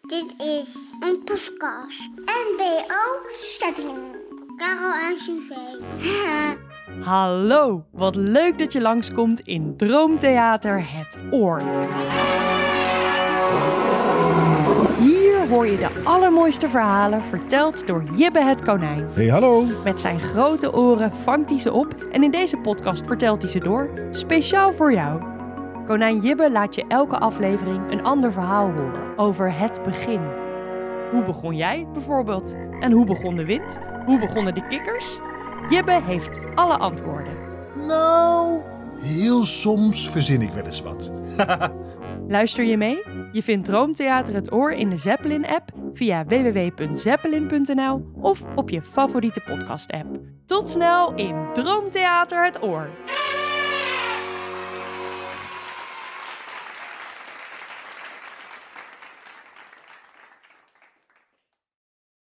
Dit is een podcast. NPO Zeppelin. Karel en Suzanne. Hallo, wat leuk dat je langskomt in Droomtheater Het Oor. Hier hoor je de allermooiste verhalen verteld door Jibbe het konijn. Hey, hallo. Met zijn grote oren vangt hij ze op en in deze podcast vertelt hij ze door, speciaal voor jou. Konijn Jibbe laat je elke aflevering een ander verhaal horen over het begin. Hoe begon jij bijvoorbeeld? En hoe begon de wind? Hoe begonnen de kikkers? Jibbe heeft alle antwoorden. Nou, heel soms verzin ik wel eens wat. Luister je mee? Je vindt Droomtheater Het Oor in de Zeppelin-app via www.zeppelin.nl of op je favoriete podcast-app. Tot snel in Droomtheater Het Oor.